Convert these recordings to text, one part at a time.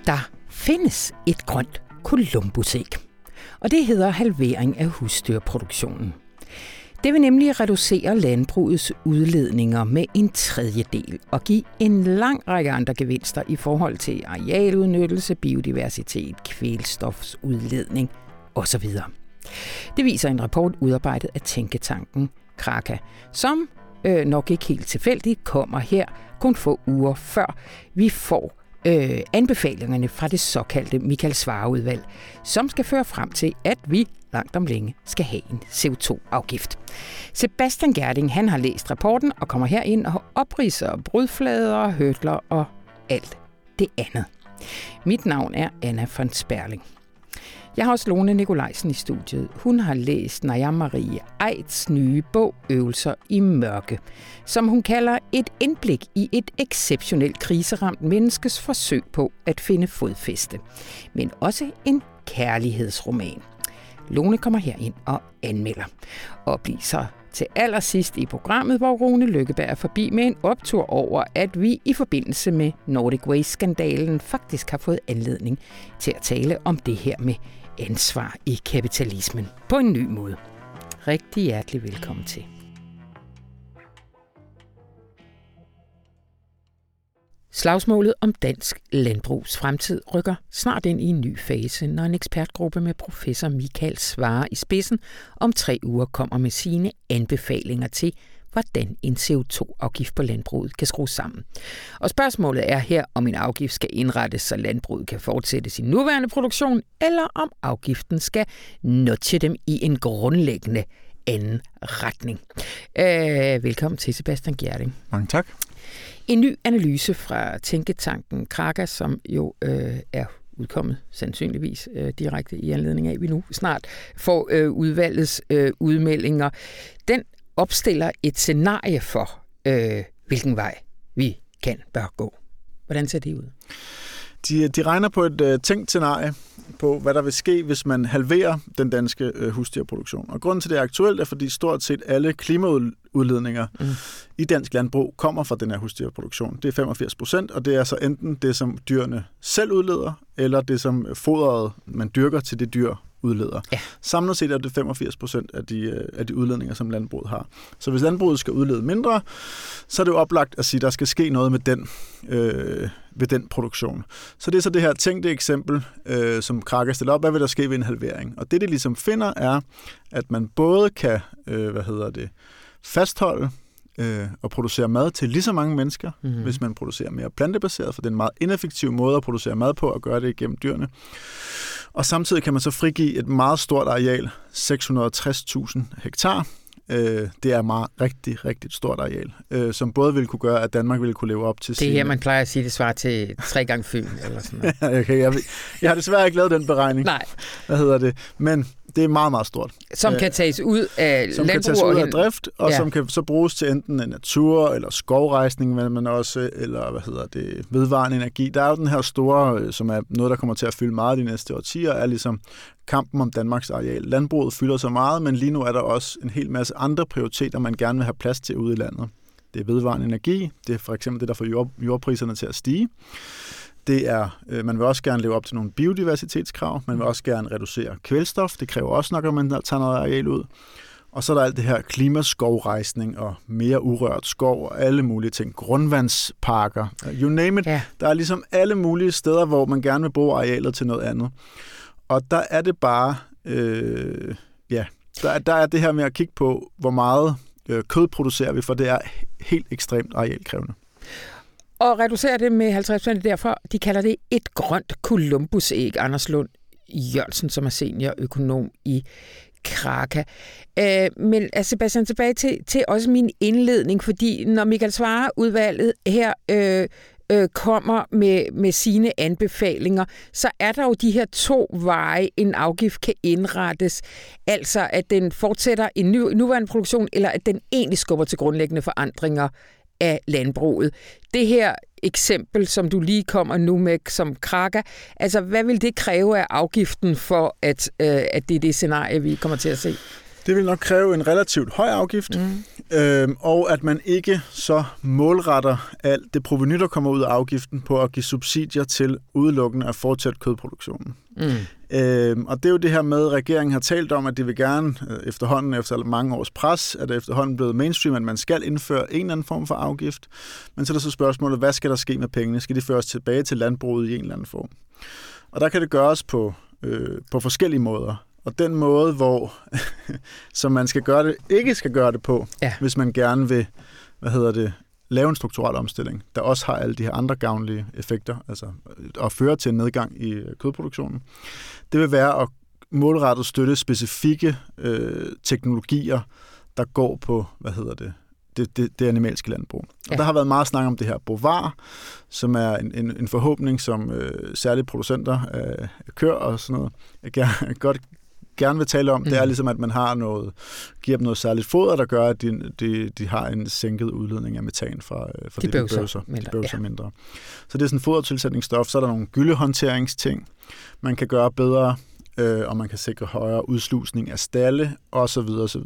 Der findes et grønt Columbusæg, og det hedder halvering af husdyrproduktionen. Det vil nemlig reducere landbrugets udledninger med 1/3 og give en lang række andre gevinster i forhold til arealudnyttelse, biodiversitet, kvælstofsudledning osv. Det viser en rapport udarbejdet af tænketanken Kraka, som nok ikke helt tilfældigt kommer her kun få uger før vi får anbefalingerne fra det såkaldte Michael Svarer-udvalg, som skal føre frem til, at vi langt om længe skal have en CO2-afgift. Sebastian Gjerding, han har læst rapporten og kommer herind og opridser brudflader, hørtler og alt det andet. Mit navn er Anna von Sperling. Jeg har også Lone Nikolajsen i studiet. Hun har læst Naja Marie Aidts nye bog Øvelser i mørke, som hun kalder et indblik i et exceptionelt kriseramt menneskes forsøg på at finde fodfæste, men også en kærlighedsroman. Lone kommer herind og anmelder, og bliver så til allersidst i programmet, hvor Rune Lykkeberg er forbi med en optur over, at vi i forbindelse med Nordic Waste-skandalen faktisk har fået anledning til at tale om det her med ansvar i kapitalismen på en ny måde. Rigtig hjertelig velkommen til. Slagsmålet om dansk landbrugs fremtid rykker snart ind i en ny fase, når en ekspertgruppe med professor Michael Svarer i spidsen om 3 uger kommer med sine anbefalinger til, hvordan en CO2-afgift på landbruget kan skrues sammen. Og spørgsmålet er her, om en afgift skal indrettes, så landbruget kan fortsætte sin nuværende produktion, eller om afgiften skal nudge dem i en grundlæggende anden retning. Velkommen til, Sebastian Gjerding. Mange tak. En ny analyse fra tænketanken Kraka, som jo er udkommet sandsynligvis direkte i anledning af, at vi nu snart får udvalgets udmeldinger. Den opstiller et scenarie for, hvilken vej vi bør gå. Hvordan ser det ud? De regner på et tænkt scenarie på, hvad der vil ske, hvis man halverer den danske husdyrproduktion. Og grunden til det er aktuelt er, fordi stort set alle klimaudledninger i dansk landbrug kommer fra den her husdyrproduktion. Det er 85%, og det er så enten det, som dyrene selv udleder, eller det, som fodret, man dyrker til det dyr, udleder. Ja. Samlet set er det 85% af de udledninger, som landbruget har. Så hvis landbruget skal udlede mindre, så er det jo oplagt at sige, at der skal ske noget med ved den produktion. Så det er så det her tænkte eksempel, som Kraka stiller op. Hvad vil der ske ved en halvering? Og det ligesom finder, er, at man både kan fastholde og producere mad til lige så mange mennesker, hvis man producerer mere plantebaseret, for det er en meget ineffektiv måde at producere mad på, at gøre det igennem dyrene. Og samtidig kan man så frigive et meget stort areal, 660.000 hektar. Det er rigtig, rigtig stort areal, som både vil kunne gøre, at Danmark ville kunne leve op til det her, man plejer at sige, det svarer til 3 gange Fyn, eller sådan noget. Okay, jeg har desværre ikke lavet den beregning. Nej. Men det er meget, meget stort. Som kan tages ud af landbrug. Som kan tages ud af drift, og som kan så bruges til enten natur, eller skovrejsning, men også, eller vedvarende energi. Der er jo den her store, som er noget, der kommer til at fylde meget de næste årtier, er ligesom kampen om Danmarks areal. Landbruget fylder så meget, men lige nu er der også en hel masse andre prioriteter, man gerne vil have plads til ude i landet. Det er vedvarende energi, det er for eksempel det, der får jordpriserne til at stige. Det er, man vil også gerne leve op til nogle biodiversitetskrav, man vil også gerne reducere kvælstof, det kræver også nok, at man tager noget areal ud. Og så er der alt det her klimaskovrejsning og mere urørt skov og alle mulige ting, grundvandsparker, you name it. Ja. Der er ligesom alle mulige steder, hvor man gerne vil bruge arealet til noget andet. Og der er det bare, der er det her med at kigge på, hvor meget kød producerer vi, for det er helt ekstremt arealkrævende. Og reducere det med 50%, derfor de kalder det et grønt Columbusæg, Anders Lund Jørgensen, som er seniorøkonom i Kraka. Men Sebastian, tilbage til også min indledning, fordi når Michael Svarer-udvalget her kommer med sine anbefalinger, så er der jo de her 2 veje, en afgift kan indrettes. Altså, at den fortsætter en nuværende produktion, eller at den egentlig skubber til grundlæggende forandringer af landbruget. Det her eksempel, som du lige kommer nu med som Kraka, altså hvad vil det kræve af afgiften for, at det er det scenarie, vi kommer til at se? Det vil nok kræve en relativt høj afgift. Og at man ikke så målretter alt det provenu, der kommer ud af afgiften, på at give subsidier til udelukkende at fortsætte kødproduktionen. Og det er jo det her med, at regeringen har talt om, at de vil gerne efterhånden, efter mange års pres, er det efterhånden blevet mainstream, at man skal indføre en eller anden form for afgift. Men så er der så spørgsmålet, hvad skal der ske med pengene? Skal de føres tilbage til landbruget i en eller anden form? Og der kan det gøres på forskellige måder. Og den måde, hvor som man skal gøre det, ikke skal gøre det på, hvis man gerne vil, lave en strukturel omstilling, der også har alle de her andre gavnlige effekter, altså at føre til en nedgang i kødproduktionen. Det vil være at målrettet støtte specifikke teknologier, der går på, det animalske landbrug. Og der har været meget snak om det her Bovar, som er en forhåbning, som særlige producenter af køer og sådan noget gerne vil tale om. Det er ligesom, at man giver dem noget særligt foder, der gør, at de har en sænket udledning af metan fra de bøvser mindre. Så det er sådan en fodertilsætningsstof. Så er der nogle gyllehåndteringsting, man kan gøre bedre, og man kan sikre højere udslusning af stalle, osv.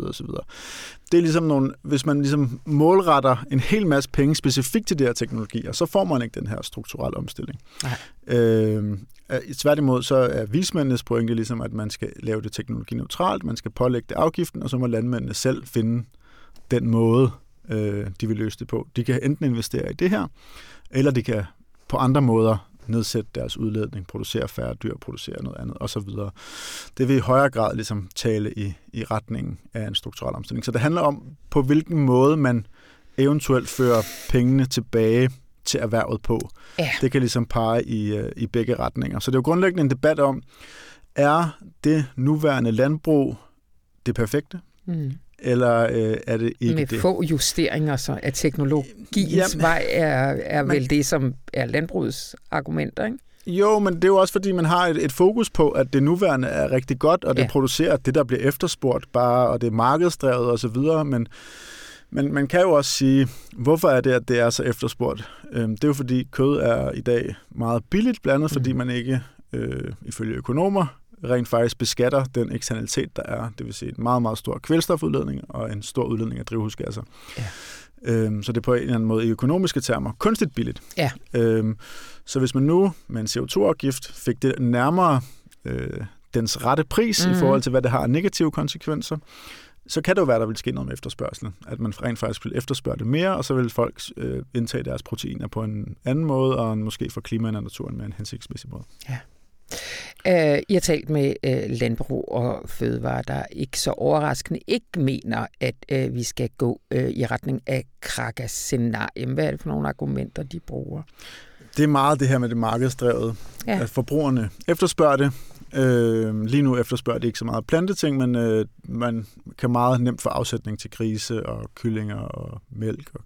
Det er ligesom hvis man ligesom målretter en hel masse penge specifikt til de her teknologier, så får man ikke den her strukturelle omstilling. Tværtimod så er vismændenes pointe ligesom, at man skal lave det teknologineutralt, man skal pålægge det afgiften, og så må landmændene selv finde den måde, de vil løse det på. De kan enten investere i det her, eller de kan på andre måder nedsætte deres udledning, producere færre dyr, producere noget andet, osv. Det vil i højere grad ligesom tale i retningen af en strukturel omstilling. Så det handler om, på hvilken måde man eventuelt fører pengene tilbage til erhvervet på. Ja. Det kan ligesom pege i begge retninger. Så det er jo grundlæggende en debat om, er det nuværende landbrug det perfekte? Eller er det ikke med det? Med få justeringer så af teknologiens vej er vel det, som er landbrugets argumenter, ikke? Jo, men det er jo også, fordi man har et fokus på, at det nuværende er rigtig godt, og det producerer det, der bliver efterspurgt bare, og det er markedsdrevet og så videre, men man kan jo også sige, hvorfor er det, at det er så efterspurgt? Det er jo, fordi kød er i dag meget billigt, blandt andet, fordi man ikke, ifølge økonomer, rent faktisk beskatter den eksternalitet, der er. Det vil sige en meget, meget stor kvælstofudledning og en stor udledning af drivhusgasser. Ja. Så det er på en eller anden måde i økonomiske termer kunstigt billigt. Ja. Så hvis man nu med en CO2-afgift fik det nærmere dens rette pris i forhold til, hvad det har af negative konsekvenser, så kan det jo være, der vil ske noget med efterspørgselen. At man rent faktisk vil efterspørge det mere, og så vil folk indtage deres proteiner på en anden måde, og måske for klimaet og naturen med en hensigtsmæssig måde. Ja. I har talt med Landbrug og Fødevare, der ikke så overraskende ikke mener, at vi skal gå i retning af Kraka-scenariet. Hvad er det for nogle argumenter, de bruger? Det er meget det her med det markedsdrevet. Ja. At forbrugerne efterspørger det. Lige nu efterspørger det ikke så meget planteting, men man kan meget nemt få afsætning til grise og kyllinger og mælk og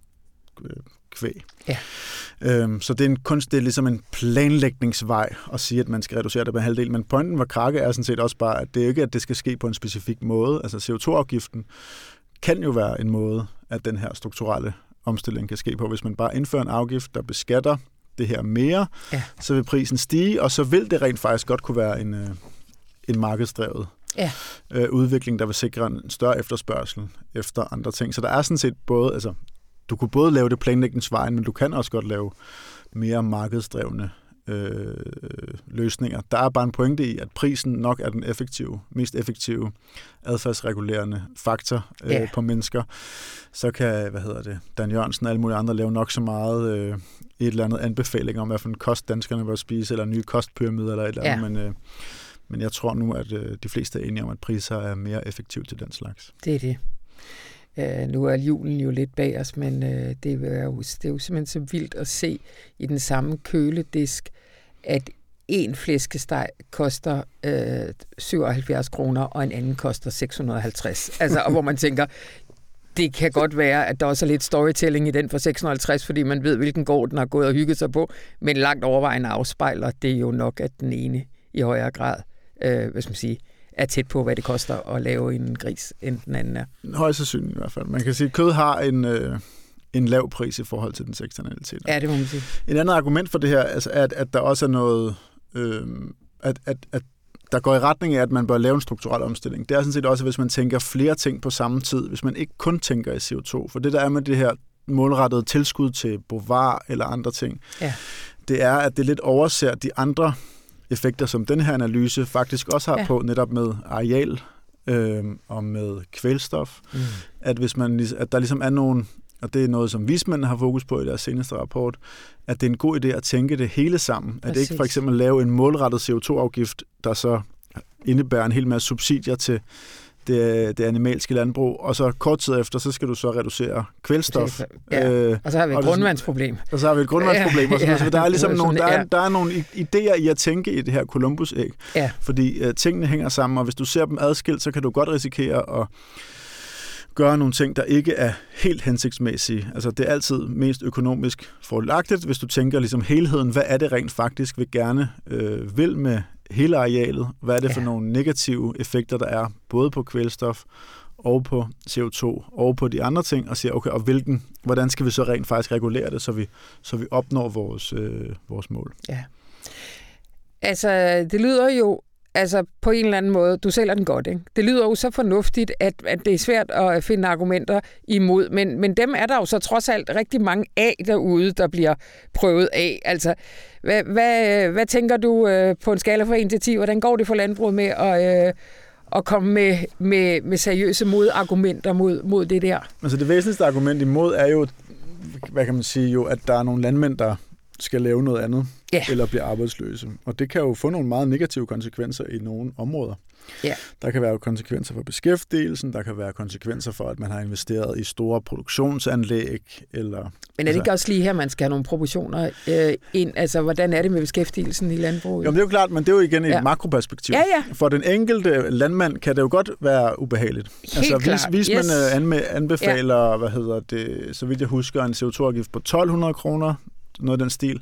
kvæg. Ja. Så det er ligesom en planlægningsvej at sige, at man skal reducere det med halvdel. Men pointen med Kraka er sådan set også bare, at det er ikke, at det skal ske på en specifik måde. Altså CO2-afgiften kan jo være en måde, at den her strukturelle omstilling kan ske på. Hvis man bare indfører en afgift, der beskatter det her mere, så vil prisen stige, og så vil det rent faktisk godt kunne være en markedsdrevet udvikling, der vil sikre en større efterspørgsel efter andre ting. Så der er sådan set både, altså du kunne både lave det planlægningsvejen, men du kan også godt lave mere markedsdrevne løsninger. Der er bare en pointe i, at prisen nok er den mest effektive adfærdsregulerende faktor på mennesker. Så kan, Dan Jørgensen og alle mulige andre lave nok så meget et eller andet anbefaling om, hvad for en kost danskerne bør spise, eller nye kostpyramider eller et eller andet, men jeg tror nu, at de fleste er enige om, at priser er mere effektive til den slags. Det er det. Nu er julen jo lidt bag os, men det er jo simpelthen så vildt at se i den samme køledisk, at en flæskesteg koster 77 kroner, og en anden koster 650. Altså, og hvor man tænker, det kan godt være, at der også er lidt storytelling i den for 650, fordi man ved, hvilken gård den har gået og hygget sig på, men langt overvejende afspejler det jo nok, at den ene i højere grad, er tæt på, hvad det koster at lave en gris, end den anden er. Højst sandsynligt i hvert fald. Man kan sige, at kød har en lav pris i forhold til dens eksternalitet. Ja, det må man sige. Et andet argument for det her, altså, at der også er noget, der går i retning af, at man bør lave en strukturel omstilling. Det er sådan set også, hvis man tænker flere ting på samme tid, hvis man ikke kun tænker i CO2. For det der er med det her målrettede tilskud til bovar eller andre ting, det er, at det lidt overser de andre effekter, som den her analyse faktisk også har på, netop med areal og med kvælstof. At hvis at der ligesom er nogle, og det er noget, som vismændene har fokus på i deres seneste rapport, at det er en god idé at tænke det hele sammen. At ikke for eksempel lave en målrettet CO2-afgift, der så indebærer en hel masse subsidier til det animalske landbrug, og så kort tid efter, så skal du så reducere kvælstof. Og så har vi et grundvandsproblem. Og så der er ligesom der er nogle idéer i at tænke i det her Columbus-æg. Fordi tingene hænger sammen, og hvis du ser dem adskilt, så kan du godt risikere at gøre nogle ting, der ikke er helt hensigtsmæssige. Altså, det er altid mest økonomisk fordelagtigt, hvis du tænker ligesom helheden, hvad er det rent faktisk, vi gerne vil med hele arealet? Hvad er det for nogle negative effekter, der er, både på kvælstof og på CO2 og på de andre ting, og siger, okay, og hvordan skal vi så rent faktisk regulere det, så vi opnår vores mål? Ja. Altså, det lyder jo på en eller anden måde, du sælger den godt, ikke? Det lyder jo så fornuftigt, at det er svært at finde argumenter imod, men dem er der jo så trods alt rigtig mange af derude, der bliver prøvet af. Altså, hvad tænker du på en skala fra 1 til 10? Hvordan går det for landbruget med at komme med seriøse modargumenter mod det der? Altså det væsentligste argument imod er jo, hvad kan man sige, jo, at der er nogle landmænd, der skal lave noget andet, eller blive arbejdsløse. Og det kan jo få nogle meget negative konsekvenser i nogle områder. Der kan være konsekvenser for beskæftigelsen, der kan være konsekvenser for, at man har investeret i store produktionsanlæg. Men er det ikke også lige her, man skal have nogle proportioner ind? Altså, hvordan er det med beskæftigelsen i landbruget? Jo, det er jo klart, men det er jo igen et makroperspektiv. For den enkelte landmand kan det jo godt være ubehageligt. Vismændene anbefaler, så vidt jeg husker, en CO2-afgift på 1.200 kroner, noget af den stil.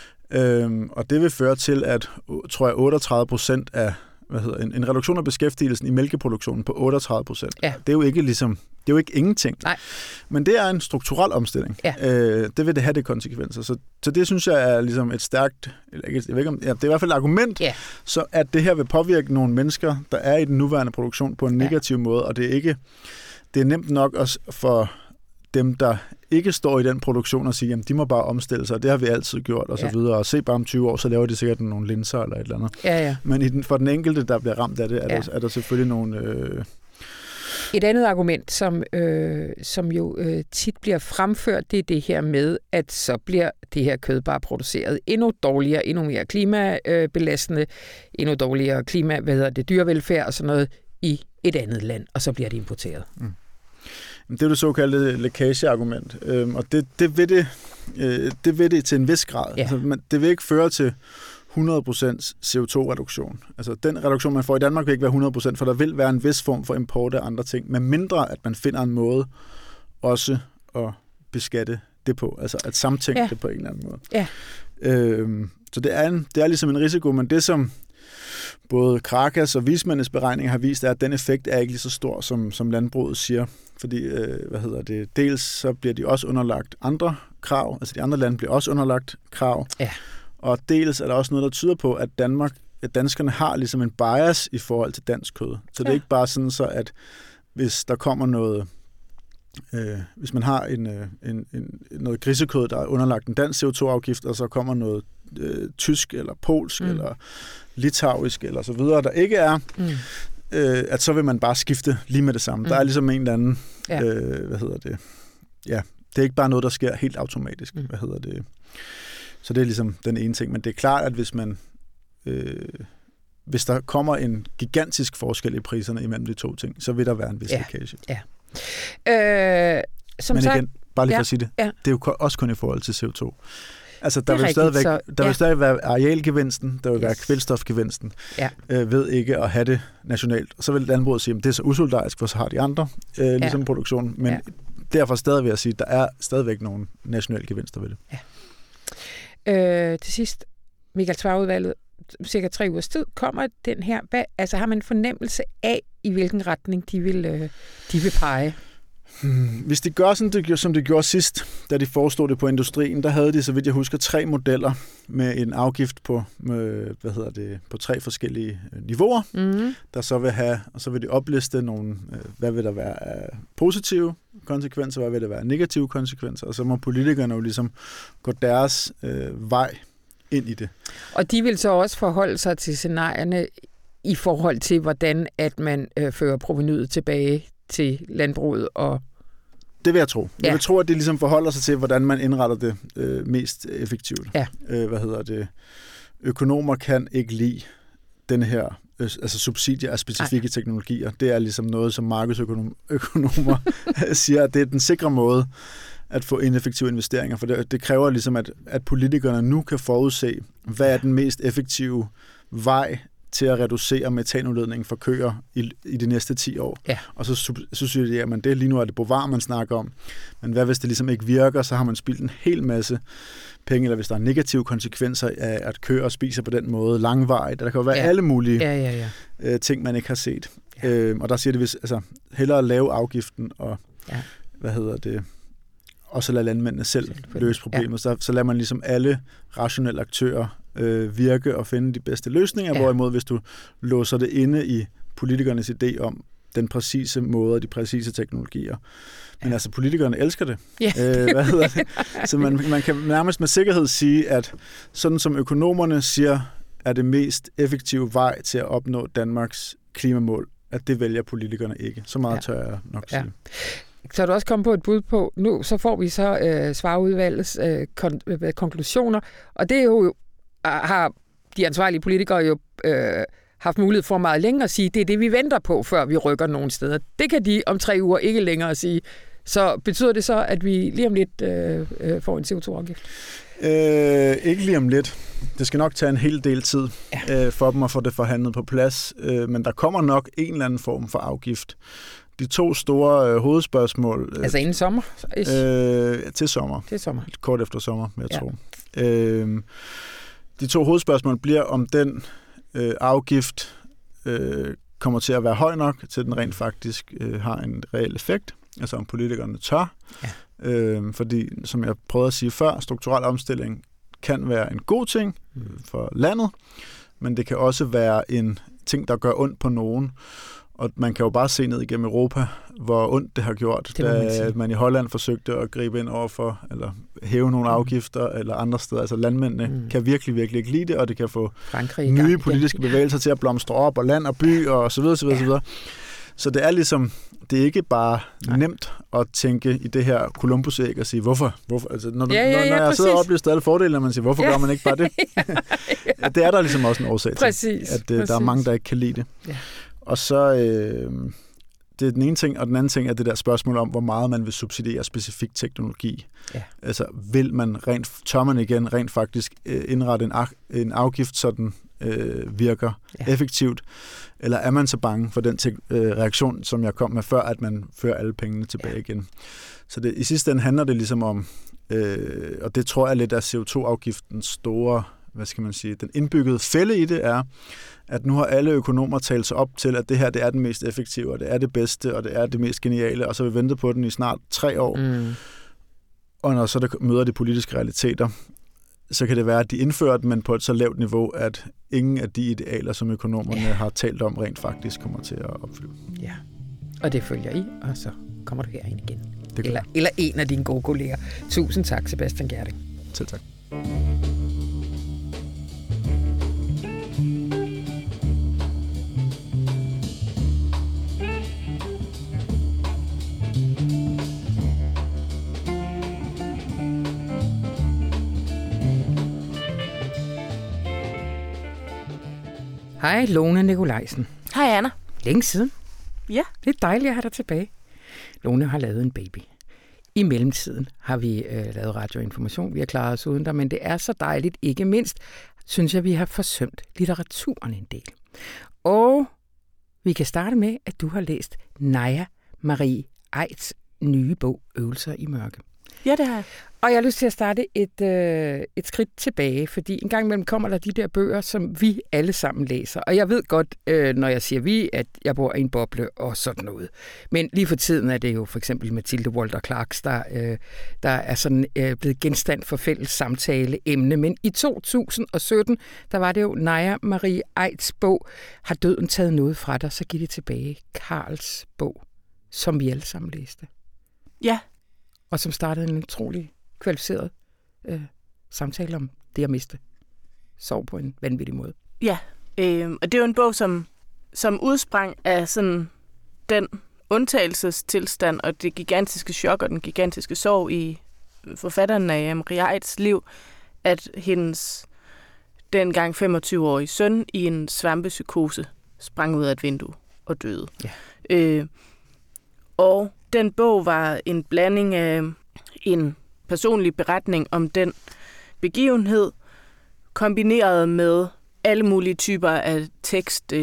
Og det vil føre til, at, tror jeg, 38% af en reduktion af beskæftigelsen i mælkeproduktionen på 38%. Det er jo ikke det er jo ikke ingenting. Nej. Men det er en strukturel omstilling. Det vil det have det konsekvenser. Så det synes jeg er ligesom et stærkt, jeg ved ikke om, det er i hvert fald et argument, så at det her vil påvirke nogle mennesker, der er i den nuværende produktion på en negativ måde, og det er nemt nok også for dem, der ikke står i den produktion og siger, jamen de må bare omstille sig, det har vi altid gjort, og så videre, og se bare om 20 år, så laver de sikkert nogle linser eller et eller andet. Men for den enkelte, der bliver ramt af det, er der selvfølgelig nogle... Et andet argument, som jo tit bliver fremført, det er det her med, at så bliver det her kød bare produceret endnu dårligere, endnu mere klimabelastende, endnu dårligere dyrevelfærd og sådan noget i et andet land, og så bliver det importeret. Det er det såkaldte lækageargument, og det vil det til en vis grad. Altså, det vil ikke føre til 100% CO2-reduktion. Altså den reduktion, man får i Danmark, vil ikke være 100%, for der vil være en vis form for import af andre ting, med mindre at man finder en måde også at beskatte det på, altså at samtænke det på en eller anden måde. Så det er ligesom en risiko, men det som både Krakas og vismændenes beregninger har vist, er, at den effekt er ikke lige så stor, som landbruget siger. Fordi, dels så bliver de også underlagt andre krav, altså de andre lande bliver også underlagt krav, og dels er der også noget, der tyder på, at danskerne har ligesom en bias i forhold til dansk kød. Så det er ikke bare sådan så, at hvis der kommer noget, hvis man har noget grisekød, der er underlagt en dansk CO2-afgift, og så kommer noget tysk eller polsk eller litauisk eller så videre, der ikke er, at så vil man bare skifte lige med det samme. Der er ligesom en eller anden, det er ikke bare noget, der sker helt automatisk. Så det er ligesom den ene ting. Men det er klart, at hvis der kommer en gigantisk forskel i priserne imellem de to ting, så vil der være en vis lækage. Men igen, bare lige for at sige det, det er jo også kun i forhold til CO2. Altså, der vil stadig være arealgevinsten, der vil være kvælstofgevinsten, ved ikke at have det nationalt. Og så vil landbruget sige, at det er så usolidarisk, for så har de andre ligesom produktion. Men derfor stadig vil jeg sige, at der er stadigvæk nogle nationale gevinster ved det. Til sidst, Michael Svarer-udvalget, cirka 3 ugers tid, kommer den her. Har man en fornemmelse af, i hvilken retning de vil pege? Hvis de gør, som de gjorde sidst, da de foreslog det på industrien, der havde de, så vidt jeg husker, 3 modeller med en afgift på, på 3 forskellige niveauer, der så vil have, og så vil de opliste nogle, hvad vil der være af positive konsekvenser, hvad vil der være af negative konsekvenser, og så må politikerne jo ligesom gå deres vej ind i det. Og de vil så også forholde sig til scenarierne i forhold til, hvordan at man fører provenuet tilbage til landbruget og... Det vil jeg tro. Jeg vil tro, at det ligesom forholder sig til, hvordan man indretter det mest effektivt. Ja. Økonomer kan ikke lide den her, altså subsidier af specifikke teknologier. Det er ligesom noget, som markedsøkonomer siger, at det er den sikre måde at få ineffektive investeringer, for det kræver ligesom, at politikerne nu kan forudse, hvad er den mest effektive vej til at reducere metanudledningen for køer i de næste 10 år. Ja. Og så synes jeg, at det lige nu er det Bovar, man snakker om. Men hvad hvis det ligesom ikke virker, så har man spildt en hel masse penge, eller hvis der er negative konsekvenser af, at køer spiser på den måde langvarigt. Der kan jo være alle mulige ting, man ikke har set. Ja. Og der siger det, hvis hellere lave afgiften og og så lader landmændene selv løse problemet. Ja. Så lader man ligesom alle rationelle aktører virke og finde de bedste løsninger, hvorimod hvis du låser det inde i politikernes idé om den præcise måde og de præcise teknologier. Men altså, politikerne elsker det. Så man kan nærmest med sikkerhed sige, at sådan som økonomerne siger, er det mest effektive vej til at opnå Danmarks klimamål, at det vælger politikerne ikke. Så meget tør jeg nok sige. Så er du også kommet på et bud på, nu så får vi så Svarerudvalgets konklusioner, og det er jo, har de ansvarlige politikere jo haft mulighed for meget længere at sige, det er det, vi venter på, før vi rykker nogle steder. Det kan de om 3 uger ikke længere sige. Så betyder det så, at vi lige om lidt får en CO2-afgift? Ikke lige om lidt. Det skal nok tage en hel del tid for dem at få det forhandlet på plads, men der kommer nok en eller anden form for afgift. De 2 store hovedspørgsmål... Altså inden sommer? Til sommer. Til sommer. Kort efter sommer, vil jeg tro. De 2 hovedspørgsmål bliver, om den afgift kommer til at være høj nok, til den rent faktisk har en reel effekt. Altså om politikerne tør. Ja. Fordi, som jeg prøvede at sige før, strukturel omstilling kan være en god ting for landet, men det kan også være en ting, der gør ondt på nogen. Og man kan jo bare se ned igennem Europa, hvor ondt det har gjort, da man i Holland forsøgte at gribe ind overfor, eller hæve nogle afgifter, eller andre steder. Altså landmændene kan virkelig, virkelig ikke lide det, og det kan få nye politiske bevægelser til at blomstre op, og land og by, og så videre, så videre, så videre. Så det er ligesom, det er ikke bare nemt at tænke i det her Columbus-æg og sige, hvorfor? Altså, når jeg sidder og oplever alle fordele, når man siger, hvorfor gør man ikke bare det? Det er der ligesom også en årsag til, at der er mange, der ikke kan lide det. Ja. Og så, det er den ene ting, og den anden ting er det der spørgsmål om, hvor meget man vil subsidiere specifik teknologi. Ja. Altså, tør man igen rent faktisk indrette en afgift, så den virker effektivt, eller er man så bange for den reaktion, som jeg kom med før, at man fører alle pengene tilbage igen. Så i sidste ende handler det ligesom om, og det tror jeg lidt af CO2-afgiftens store, den indbyggede fælde i det er, at nu har alle økonomer talt sig op til, at det her det er den mest effektive, og det er det bedste, og det er det mest geniale, og så har vi ventet på den i snart 3 år. Og når så møder de politiske realiteter, så kan det være, at de indfører den, men på et så lavt niveau, at ingen af de idealer, som økonomerne har talt om, rent faktisk kommer til at opfylde. Ja, og det følger I, og så kommer du herind igen. Eller en af dine gode kolleger. Tusind tak, Sebastian Gjerding. Selv tak. Hej, Lone Nikolajsen. Hej, Anna. Længe siden. Ja. Det er dejligt at have dig tilbage. Lone har lavet en baby. I mellemtiden har vi lavet radioinformation. Vi har klaret os uden dig, men det er så dejligt. Ikke mindst, synes jeg, vi har forsømt litteraturen en del. Og vi kan starte med, at du har læst Naja Marie Aidts nye bog, Øvelser i mørke. Ja, det har jeg. Og jeg har lyst til at starte et skridt tilbage, fordi en gang imellem kommer der de der bøger, som vi alle sammen læser. Og jeg ved godt, når jeg siger vi, at jeg bor i en boble og sådan noget. Men lige for tiden er det jo for eksempel Mathilde Walter Clarks, der er sådan blevet genstand for fælles samtaleemne. Men i 2017, der var det jo Naja Marie Aidts bog, Har døden taget noget fra dig, så giv det tilbage. Karls bog, som vi alle sammen læste. Ja. Og som startede en utrolig kvalificeret samtale om det at miste sorg på en vanvittig måde. Ja, og det er jo en bog, som udsprang af sådan den undtagelsestilstand og det gigantiske chok og den gigantiske sorg i forfatteren af Marie Aidts liv, at hendes dengang 25-årige søn i en svampepsykose sprang ud af et vindue og døde. Ja. Og den bog var en blanding af en personlig beretning om den begivenhed, kombineret med alle mulige typer af tekst,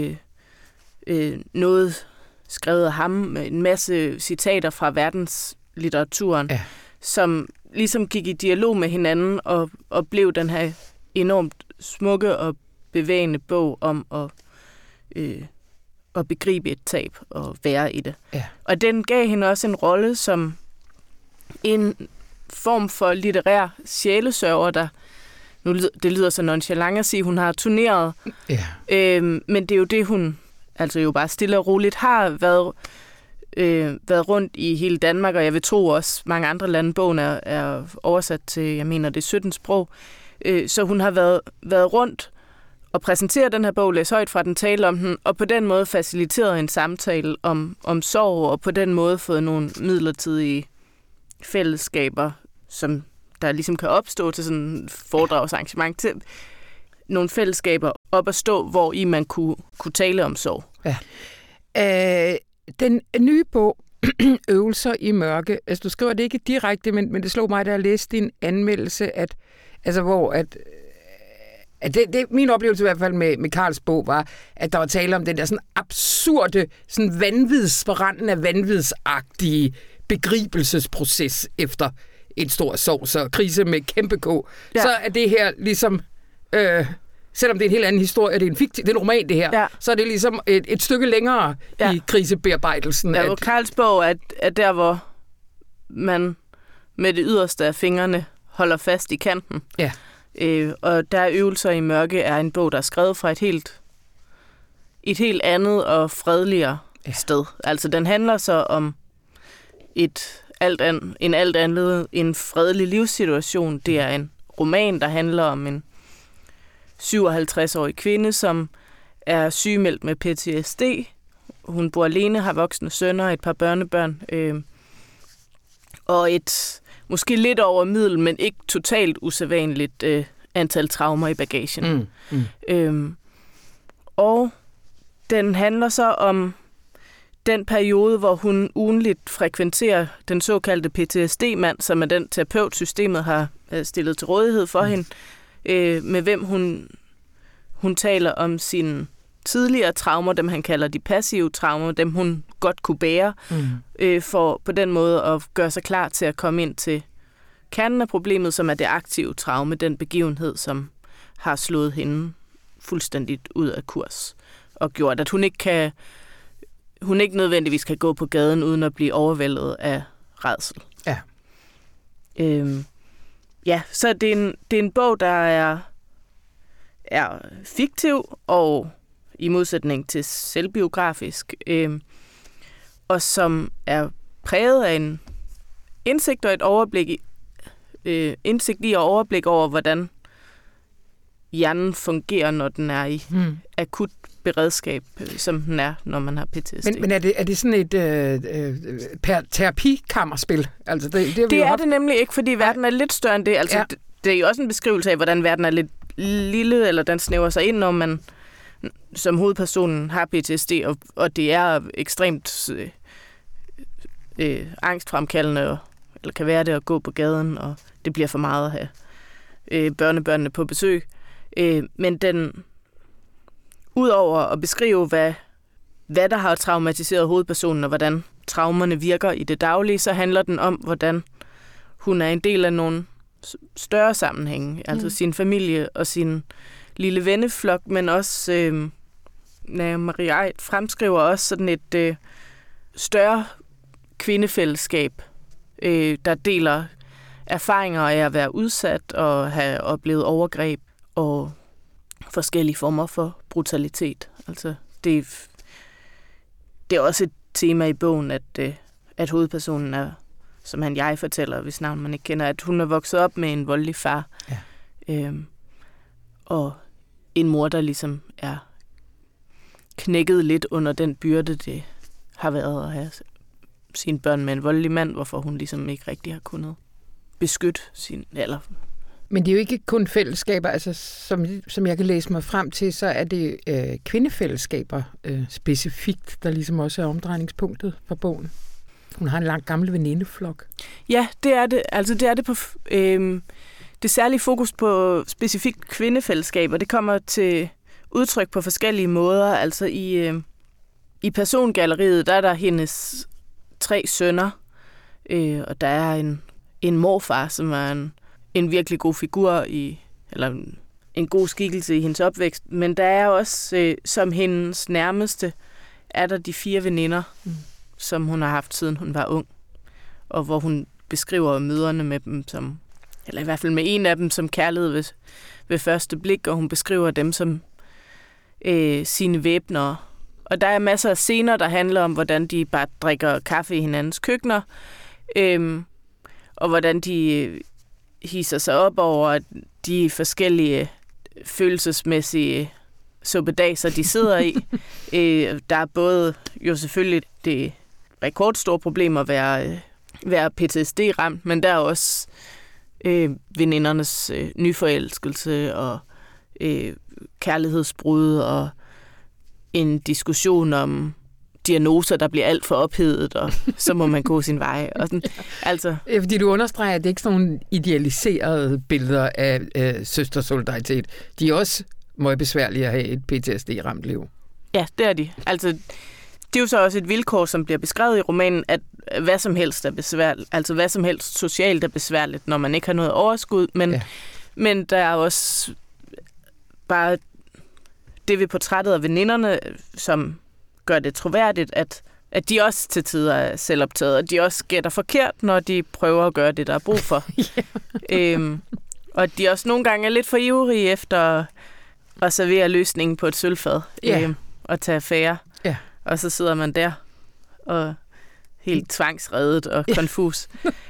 noget skrevet af ham, en masse citater fra verdenslitteraturen, ja, som ligesom gik i dialog med hinanden og blev den her enormt smukke og bevægende bog om at begribe et tab og være i det. Ja. Og den gav hende også en rolle som en form for litterær sjælesørger, der nu det lyder så nonchalant at sige, hun har turneret, ja, men det er jo det, hun altså jo bare stille og roligt har været rundt i hele Danmark, og jeg vil tro også mange andre lande. Bogen er oversat til, jeg mener, det er 17 sprog, så hun har været rundt og præsentere den her bog, læse højt fra den, tale om den, og på den måde faciliteret en samtale om sorg, og på den måde fået nogle midlertidige fællesskaber, som der ligesom kan opstå til sådan en foredragsarrangement, til nogle fællesskaber op at stå, hvor i man kunne tale om sorg. Ja. Den nye bog, Øvelser i mørke, altså du skriver det ikke direkte, men det slog mig, da jeg læste din anmeldelse, at min oplevelse i hvert fald med Karls bog var, at der var tale om den der sådan absurde, sådan vanvidsforandende, vanvidsagtige begribelsesproces efter en stor sorg, så krise med kæmpe K. Ja. Så er det her ligesom, selvom det er en helt anden historie, det er en roman det her, ja, så er det ligesom et stykke længere, ja, i krisebearbejdelsen. Ja, Karls bog er der, hvor man med det yderste af fingrene holder fast i kanten. Ja. Og der Øvelser i mørke er en bog, der er skrevet fra et helt andet og fredeligere, ja, sted. Altså den handler så om en fredelig livssituation. Det er en roman, der handler om en 57-årig kvinde, som er sygemeldt med PTSD. Hun bor alene, har voksne sønner, et par børnebørn, og et måske lidt over middel, men ikke totalt usædvanligt antal traumer i bagagen. Og den handler så om den periode, hvor hun ugenligt frekventerer den såkaldte PTSD-mand, som er den terapeut, systemet har stillet til rådighed for hende, med hvem hun taler om sine tidligere traumer, dem han kalder de passive traumer, dem hun godt kunne bære, for på den måde at gøre sig klar til at komme ind til kernen af problemet, som er det aktive traume, den begivenhed, som har slået hende fuldstændigt ud af kurs, og gjort, at hun ikke nødvendigvis kan gå på gaden, uden at blive overvældet af rædsel. Ja. Så det er en bog, der er fiktiv, og i modsætning til selvbiografisk, og som er præget af en indsigt og et overblik overblik over, hvordan hjernen fungerer, når den er i akut beredskab, som den er, når man har PTSD. Men er det sådan et terapikammerspil? Altså det er det nemlig ikke, fordi verden er lidt større end det. Altså, ja. Det er jo også en beskrivelse af, hvordan verden er lidt lille, eller den snæver sig ind, når man som hovedpersonen har PTSD, og det er ekstremt angstfremkaldende, eller kan være det at gå på gaden, og det bliver for meget at have børnebørnene på besøg. Men den, udover at beskrive, hvad der har traumatiseret hovedpersonen, og hvordan traumerne virker i det daglige, så handler den om, hvordan hun er en del af nogle større sammenhænge, altså sin familie og sin lille venneflok, men også Marie Aidt fremskriver også sådan et større kvindefællesskab, der deler erfaringer af at være udsat og have oplevet overgreb og forskellige former for brutalitet. Altså det er også et tema i bogen, at hovedpersonen er, som jeg fortæller, hvis navn man ikke kender, at hun er vokset op med en voldelig far. Ja. Og en mor, der ligesom er knækket lidt under den byrde, det har været at have sine børn med en voldelig mand, hvorfor hun ligesom ikke rigtig har kunnet beskytte sin alder. Men det er jo ikke kun fællesskaber, altså som jeg kan læse mig frem til, så er det kvindefællesskaber specifikt, der ligesom også er omdrejningspunktet for bogen. Hun har en lang gammel venindeflok. Ja, det er det. Altså det er det på det særlige fokus på specifikt kvindefællesskaber. Det kommer til udtryk på forskellige måder. Altså i persongalleriet, der er der hendes 3 sønner, og der er en morfar, som er en virkelig god figur eller en god skikkelse i hendes opvækst. Men der er også, som hendes nærmeste, er der de 4 veninder, som hun har haft siden hun var ung. Og hvor hun beskriver møderne med dem som, eller i hvert fald med en af dem som kærlighed ved første blik, og hun beskriver dem som sine væbnere. Og der er masser af scener, der handler om, hvordan de bare drikker kaffe i hinandens køkkener, og hvordan de hisser sig op over de forskellige følelsesmæssige suppedaser, de sidder i. Der er både jo selvfølgelig det rekordstore problem at være PTSD-ramt, men der er også venindernes nyforelskelse og kærlighedsbrud og en diskussion om diagnoser, der bliver alt for ophedet, og så må man gå sin vej. Og sådan, altså. Fordi du understreger, at det ikke er sådan nogle idealiserede billeder af søstersolidaritet. De er også meget besværlige at have et PTSD-ramt liv. Ja, det er de. Altså, det er jo så også et vilkår, som bliver beskrevet i romanen, at hvad som helst er besværligt, altså hvad som helst socialt er besværligt, når man ikke har noget overskud, men der er også bare det ved portrættet af veninderne, som gør det troværdigt, at de også til tider er selvoptaget, og de også gætter forkert, når de prøver at gøre det, der er brug for. Og de også nogle gange er lidt for ivrige efter at servere løsningen på et sølvfad og tage affære. Yeah. Og så sidder man der og helt tvangsredet og konfus.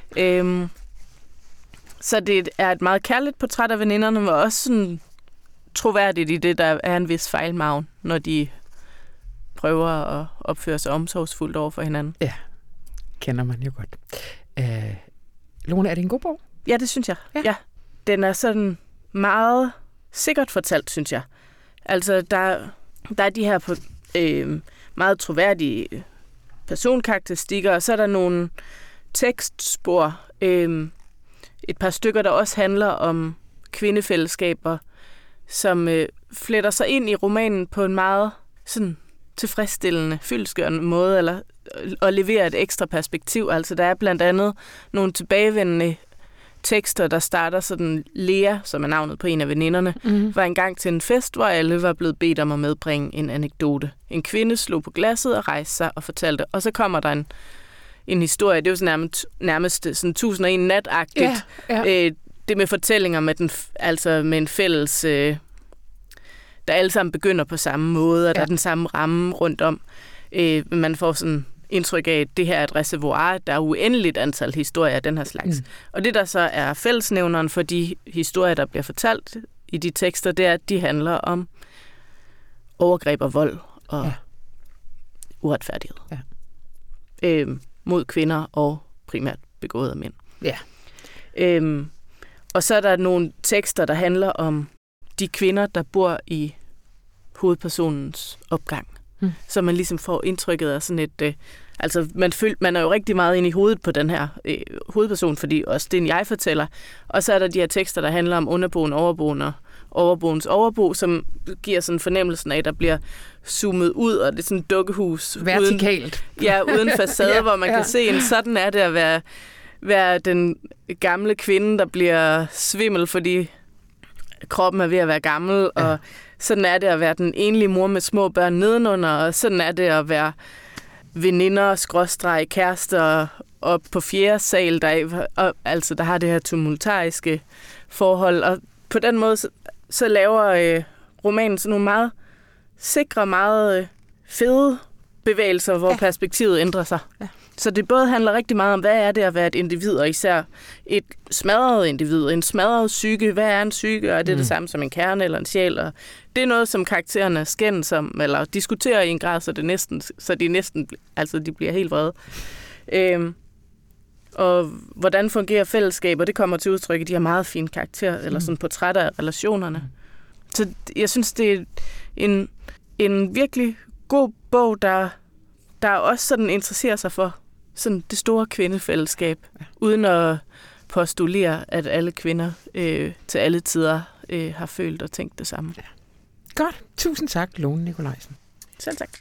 Så det er et meget kærligt portræt af veninderne, men også sådan troværdigt i det, der er en vis fejlmargen, når de prøver at opføre sig omsorgsfuldt over for hinanden. Ja, kender man jo godt. Lone, er det en god bog? Ja, det synes jeg. Ja. Den er sådan meget sikkert fortalt, synes jeg. Altså, der er de her meget troværdige personkarakteristikker, og så er der nogle tekstspor, et par stykker, der også handler om kvindefællesskaber, som fletter sig ind i romanen på en meget sådan tilfredsstillende, fyldestgørende måde, eller at levere et ekstra perspektiv. Altså, der er blandt andet nogle tilbagevendende tekster, der starter sådan, Lea, som er navnet på en af veninderne, var engang til en fest, hvor alle var blevet bedt om at medbringe en anekdote. En kvinde slog på glasset og rejste sig og fortalte, og så kommer der en historie, det er jo sådan nærmest sådan 1001 nat-agtigt. Ja. Det med fortællinger med en fælles, der alle sammen begynder på samme måde, og der er den samme ramme rundt om. Man får sådan indtryk af, at det her er et reservoir, der er uendeligt antal historier af den her slags. Og det, der så er fællesnævneren for de historier, der bliver fortalt i de tekster, det er, at de handler om overgreb og vold og uretfærdighed. Ja. Mod kvinder og primært begået af mænd. Ja. Og så er der nogle tekster, der handler om de kvinder, der bor i hovedpersonens opgang. Så man ligesom får indtrykket af sådan et... man er jo rigtig meget inde i hovedet på den her hovedperson, fordi også det er en jeg-fortæller. Og så er der de her tekster, der handler om underboen, overboen og overboens overbo, som giver sådan fornemmelsen af, at der bliver zoomet ud, og det er sådan et dukkehus. Vertikalt. Uden facade, hvor man kan se, sådan er det at være være den gamle kvinde, der bliver svimmel, fordi kroppen er ved at være gammel, og sådan er det at være den enlige mor med små børn nedenunder, og sådan er det at være veninder, skråstreg, kærester op på 4. sal, der har det her tumultariske forhold. Og på den måde, så laver romanen sådan nogle meget sikre, meget fede bevægelser, hvor perspektivet ændrer sig. Ja. Så det både handler rigtig meget om, hvad er det at være et individ, og især et smadret individ, en smadret psyke. Hvad er en psyke, og er det det samme som en kerne eller en sjæl? Og det er noget, som karaktererne skændes om, eller diskuterer i en grad, så de bliver helt vrede. Og hvordan fungerer fællesskab, og det kommer til udtryk i de her meget fine karakterer, eller sådan portrætter af relationerne. Så jeg synes, det er en virkelig god bog, der også sådan interesserer sig for sådan det store kvindefællesskab, uden at postulere, at alle kvinder til alle tider har følt og tænkt det samme. Ja. Godt. Tusind tak, Lone Nikolajsen. Selv tak.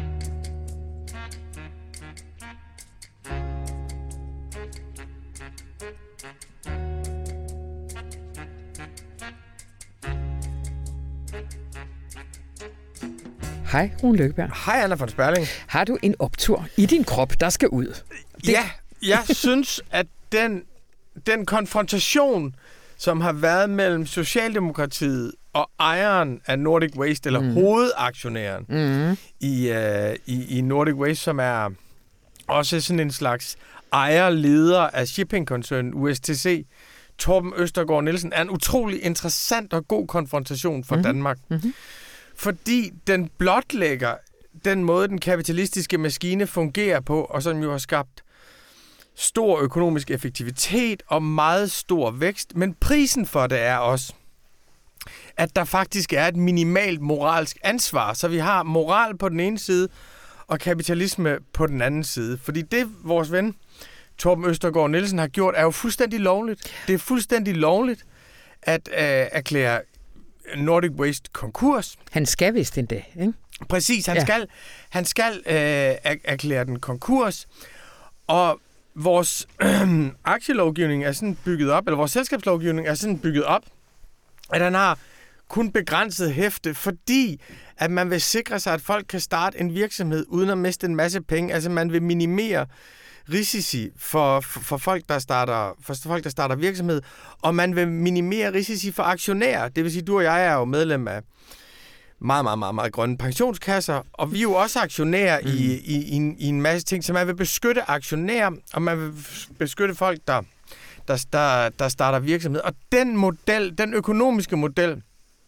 Hej, Rune Lykkeberg. Hej, Anna von Sperling. Har du en optur i din krop, der skal ud? Ja, jeg synes, at den konfrontation, som har været mellem Socialdemokratiet og ejeren af Nordic Waste, eller hovedaktionæren i Nordic Waste, som er også sådan en slags ejer-leder af shippingkoncernen USTC, Torben Østergaard Nielsen, er en utrolig interessant og god konfrontation for Danmark. Fordi den blotlægger den måde, den kapitalistiske maskine fungerer på, og som jo har skabt stor økonomisk effektivitet og meget stor vækst. Men prisen for det er også, at der faktisk er et minimalt moralsk ansvar. Så vi har moral på den ene side, og kapitalisme på den anden side. Fordi det, vores ven Torben Østergaard Nielsen har gjort, er jo fuldstændig lovligt. Det er fuldstændig lovligt at erklære Nordic Waste konkurs. Han skal vist endda, ikke? Præcis, han skal erklære den konkurs. Og vores aktielovgivning er sådan bygget op, eller vores selskabslovgivning er sådan bygget op, at han har kun begrænset hæfte, fordi at man vil sikre sig, at folk kan starte en virksomhed uden at miste en masse penge. Altså man vil minimere risici for folk, der starter virksomhed, og man vil minimere risici for aktionærer. Det vil sige, du og jeg er jo medlem af meget, meget, meget, meget grønne pensionskasser, og vi er jo også aktionærer i en masse ting, så man vil beskytte aktionærer, og man vil beskytte folk, der starter virksomhed. Og den økonomiske model,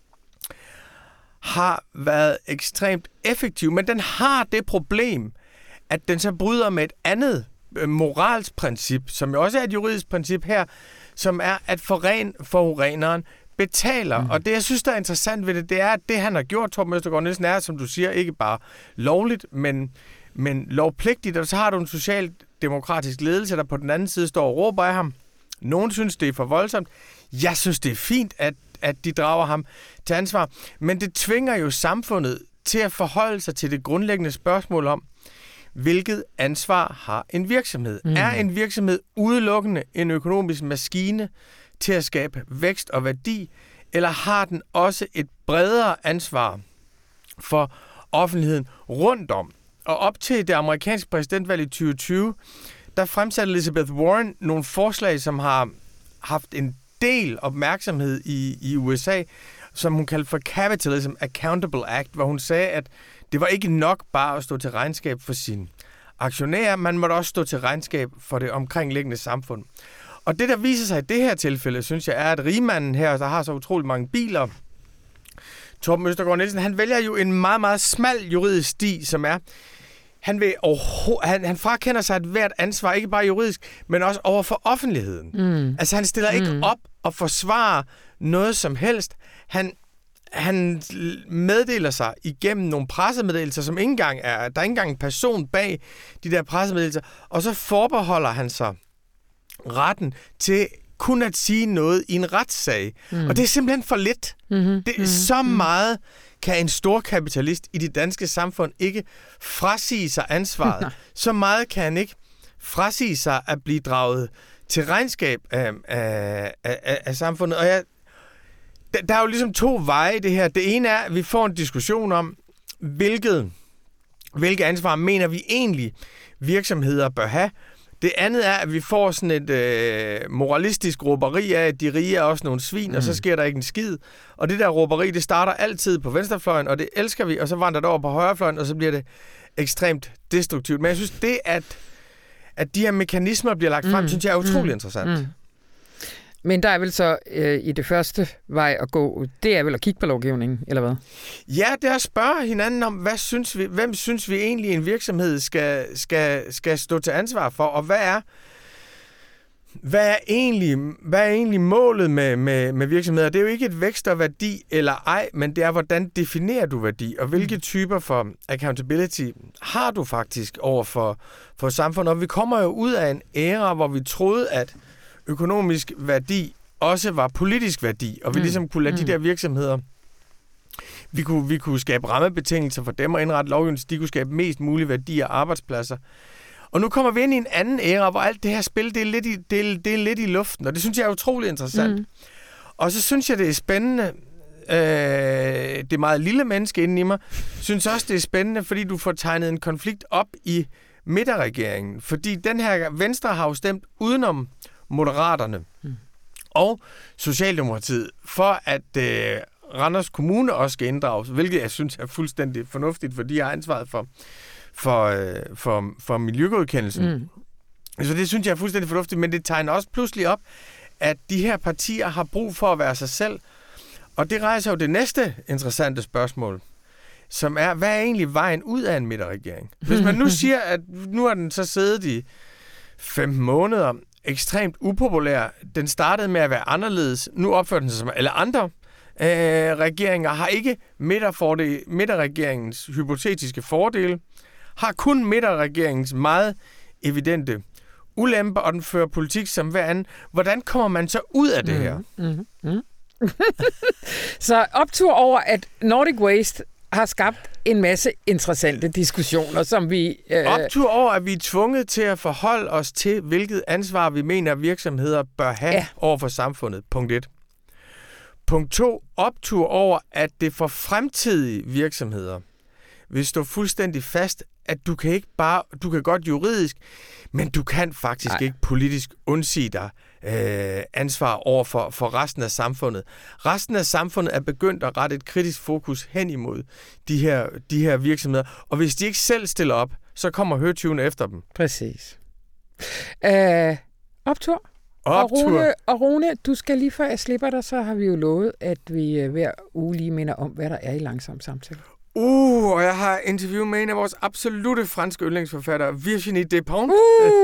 har været ekstremt effektiv, men den har det problem, at den så bryder med et andet moralsk princip, som jo også er et juridisk princip her, som er, at forureneren betaler. Og det, jeg synes, der er interessant ved det er, at det, han har gjort, Torben Østergaard Nielsen, er, som du siger, ikke bare lovligt, men lovpligtigt, og så har du en socialdemokratisk ledelse, der på den anden side står og råber af ham. Nogen synes, det er for voldsomt. Jeg synes, det er fint, at de drager ham til ansvar, men det tvinger jo samfundet til at forholde sig til det grundlæggende spørgsmål om, hvilket ansvar har en virksomhed? Er en virksomhed udelukkende en økonomisk maskine til at skabe vækst og værdi, eller har den også et bredere ansvar for offentligheden rundt om? Og op til det amerikanske præsidentvalg i 2020, der fremsatte Elizabeth Warren nogle forslag, som har haft en del opmærksomhed i USA, som hun kaldte for Capitalism Accountable Act, hvor hun sagde, at det var ikke nok bare at stå til regnskab for sine aktionærer, man måtte også stå til regnskab for det omkringliggende samfund. Og det, der viser sig i det her tilfælde, synes jeg, er, at rigmanden her, der har så utrolig mange biler, Torben Østergaard Nielsen, han vælger jo en meget, meget smal juridisk sti, som er, han frakender sig et hvert ansvar, ikke bare juridisk, men også over for offentligheden. Altså, han stiller ikke op og forsvarer noget som helst. Han meddeler sig igennem nogle pressemeddelelser, som ikke engang der er ikke engang en person bag de der pressemeddelelser, og så forbeholder han sig retten til kun at sige noget i en retssag. Og det er simpelthen for lidt. Så meget kan en stor kapitalist i det danske samfund ikke frasige sig ansvaret. Så meget kan han ikke frasige sig at blive draget til regnskab af samfundet. Og der er jo ligesom 2 veje i det her. Det ene er, at vi får en diskussion om, hvilke ansvar mener vi egentlig virksomheder bør have. Det andet er, at vi får sådan et moralistisk råberi af, at de rige er også nogle svin, og så sker der ikke en skid. Og det der råberi, det starter altid på venstrefløjen, og det elsker vi, og så vandrer det over på højrefløjen, og så bliver det ekstremt destruktivt. Men jeg synes, det at de her mekanismer bliver lagt frem, synes jeg er utrolig interessant. Men der er vel så i det første vej at gå, det er vel at kigge på lovgivningen, eller hvad? Ja, det er at spørge hinanden om, hvem synes vi egentlig en virksomhed skal stå til ansvar for, og hvad er egentlig målet med virksomheder? Det er jo ikke et vækst og værdi eller ej, men det er, hvordan definerer du værdi, og hvilke typer for accountability har du faktisk over for samfundet? Og vi kommer jo ud af en æra, hvor vi troede, at økonomisk værdi også var politisk værdi, og vi ligesom kunne lade de der virksomheder, vi kunne skabe rammebetingelser for dem og indrette lovgivning, så de kunne skabe mest mulig værdi og arbejdspladser. Og nu kommer vi ind i en anden æra, hvor alt det her spil, det er lidt i luften, og det synes jeg er utrolig interessant. Og så synes jeg, det er spændende, det meget lille menneske inden i mig, synes også, det er spændende, fordi du får tegnet en konflikt op i midterregeringen, fordi den her Venstre har jo stemt udenom Moderaterne og Socialdemokratiet, for at Randers Kommune også skal inddrages, hvilket jeg synes er fuldstændig fornuftigt, for de har ansvaret for miljøgodkendelsen. Så det synes jeg er fuldstændig fornuftigt, men det tegner også pludselig op, at de her partier har brug for at være sig selv. Og det rejser jo det næste interessante spørgsmål, som er, hvad er egentlig vejen ud af en midterregering? Hvis man nu siger, at nu har den så siddet i 15 måneder, ekstremt upopulær. Den startede med at være anderledes. Nu opfører den sig som alle andre regeringer. Har ikke midterregeringens hypotetiske fordele. Har kun midterregeringens meget evidente ulemper, og den fører politik som hver anden. Hvordan kommer man så ud af det her? Så optur over, at Nordic Waste har skabt en masse interessante diskussioner, som vi... Optur over, at vi er tvunget til at forholde os til, hvilket ansvar vi mener, virksomheder bør have over for samfundet. Punkt 1. Punkt 2. Optur over, at det for fremtidige virksomheder vil stå fuldstændig fast, at du kan godt juridisk, men du kan faktisk ikke politisk undsige dig ansvar over for resten af samfundet. Resten af samfundet er begyndt at rette et kritisk fokus hen imod de her virksomheder, og hvis de ikke selv stiller op, så kommer høtyvene efter dem. Præcis. Optur. Og Rune, du skal lige før jeg slipper dig, så har vi jo lovet, at vi hver uge lige minder om, hvad der er i Langsom Samtale. Og jeg har interviewet med en af vores absolutte franske yndlingsforfattere, Virginie Despentes,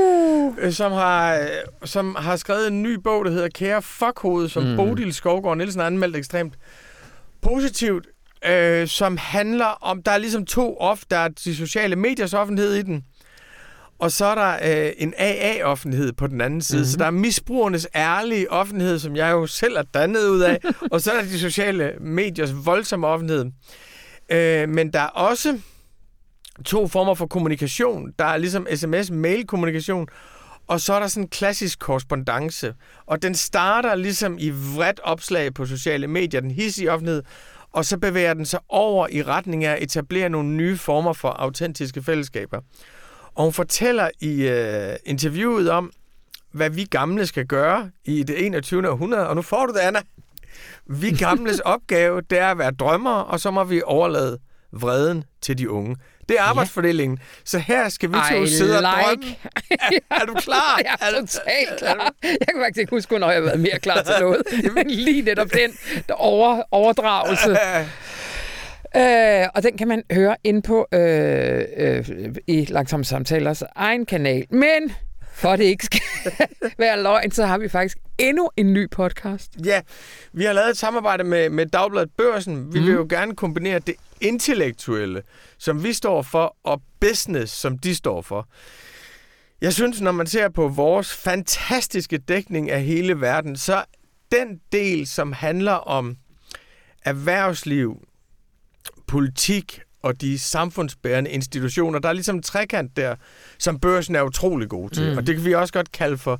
som har skrevet en ny bog, der hedder Kære Fuckhoved, som Bodil Skovgaard Nielsen har anmeldt ekstremt positivt, som handler om, der er ligesom der er de sociale mediers offentlighed i den, og så er der en AA-offentlighed på den anden side. Så der er misbrugernes ærlige offentlighed, som jeg jo selv er dannet ud af, og så er der de sociale mediers voldsomme offentlighed. Men der er også 2 former for kommunikation. Der er ligesom sms-mail-kommunikation, og så er der sådan en klassisk korrespondance. Og den starter ligesom i vredt opslag på sociale medier, den hidsige offentlighed, og så bevæger den sig over i retning af at etablere nogle nye former for autentiske fællesskaber. Og hun fortæller i interviewet om, hvad vi gamle skal gøre i det 21. århundrede. Og nu får du det, Anna. Vi gamles opgave, det er at være drømmere, og så må vi overlade vreden til de unge. Det er arbejdsfordelingen. Så her skal vi to sidde og drømme. Er du klar? Jeg er totalt klar. Jeg kan faktisk ikke huske, når jeg har været mere klar til noget. Men lige netop den overdragelse. Og den kan man høre inde på i Langsomme Samtalers egen kanal. Men for det ikke skal være løgn, så har vi faktisk endnu en ny podcast. Ja, vi har lavet et samarbejde med Dagbladet Børsen. Vi vil jo gerne kombinere det intellektuelle, som vi står for, og business, som de står for. Jeg synes, når man ser på vores fantastiske dækning af hele verden, så den del, som handler om erhvervsliv, politik og de samfundsbærende institutioner, der er ligesom en trekant der, som Børsen er utrolig god til. Og det kan vi også godt kalde for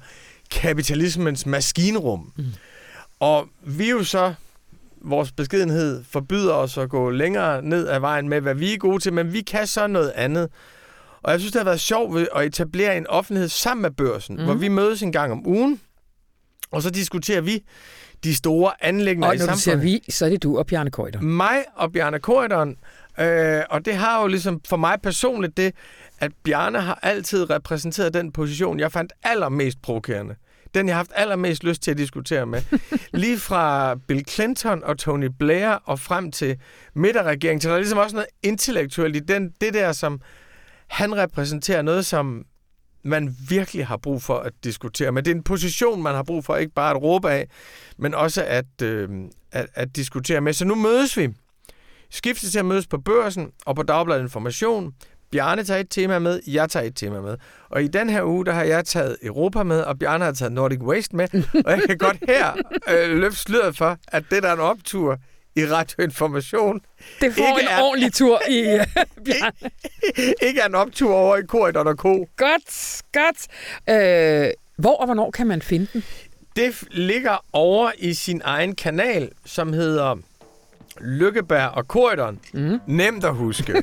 kapitalismens maskinrum. Og vi jo så, vores beskedenhed forbyder os at gå længere ned ad vejen med, hvad vi er gode til, men vi kan så noget andet. Og jeg synes, det har været sjovt at etablere en offentlighed sammen med Børsen, hvor vi mødes en gang om ugen, og så diskuterer vi de store anliggender i samfundet. Og når du siger vi, så er det du og Bjarne Corydon. Mig og Bjarne Corydon, og det har jo ligesom for mig personligt det, at Bjarne har altid repræsenteret den position, jeg fandt allermest provokerende. Den, jeg har haft allermest lyst til at diskutere med. Lige fra Bill Clinton og Tony Blair og frem til midterregeringen, så der er ligesom også noget intellektuelt i det der, som han repræsenterer, noget, som man virkelig har brug for at diskutere. Men det er en position, man har brug for ikke bare at råbe af, men også at diskutere med. Så nu mødes vi. Skiftes til at mødes på Børsen og på Dagbladet Information. Bjarne tager et tema med, jeg tager et tema med. Og i den her uge, der har jeg taget Europa med, og Bjarne har taget Nordic Waste med. Og jeg kan godt her løfte sløret for, at det der er en optur i Radioinformation. Det får en ordentlig tur i Bjarne. Ikke er en optur over i Corydon og Co. Godt. Hvor og hvornår kan man finde den? Det ligger over i sin egen kanal, som hedder Lykkeberg og Corydon. Nemt at huske.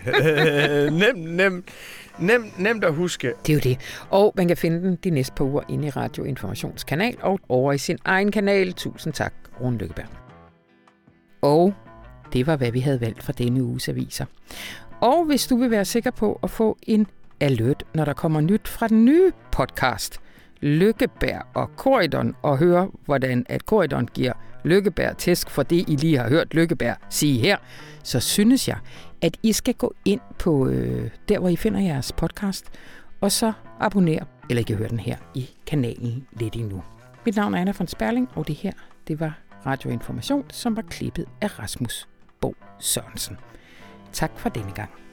Nemt at huske. Det er jo det. Og man kan finde den de næste par uger inde i Radioinformationskanal og over i sin egen kanal. Tusind tak, Rune Lykkeberg. Og det var, hvad vi havde valgt fra denne uges aviser. Og hvis du vil være sikker på at få en alert, når der kommer nyt fra den nye podcast, Lykkeberg og Corydon, og høre, hvordan at Corydon giver Lykkeberg tæsk for det, I lige har hørt Lykkeberg sige her, så synes jeg, at I skal gå ind på der, hvor I finder jeres podcast, og så abonnere, eller I kan høre den her i kanalen lidt endnu. Mit navn er Anna von Sperling, og det her, det var Radioinformation, som var klippet af Rasmus Bo Sørensen. Tak for denne gang.